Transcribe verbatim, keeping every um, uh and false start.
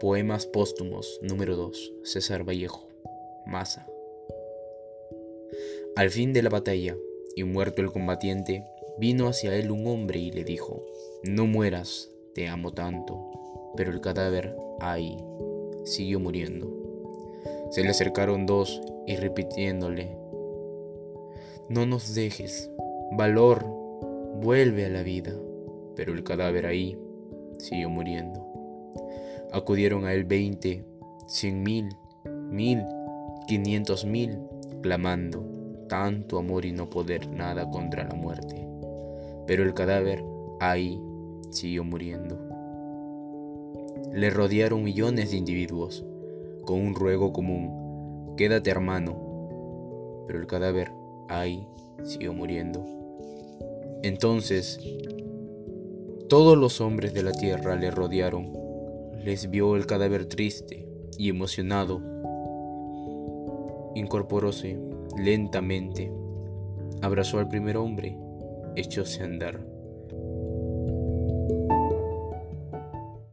Poemas póstumos número dos. César Vallejo. Masa. Al fin de la batalla, y muerto el combatiente, vino hacia él un hombre y le dijo: no mueras, te amo tanto. Pero el cadáver, ay, siguió muriendo. Se le acercaron dos y repitiéndole: no nos dejes, valor, vuelve a la vida. Pero el cadáver ahí siguió muriendo. Acudieron a él veinte, cien mil, mil, quinientos mil, clamando tanto amor y no poder nada contra la muerte. Pero el cadáver ahí siguió muriendo. Le rodearon millones de individuos con un ruego común: quédate, hermano. Pero el cadáver ahí siguió muriendo. Entonces todos los hombres de la tierra le rodearon. Les vio el cadáver triste y emocionado. Incorporóse lentamente, abrazó al primer hombre, echóse a andar.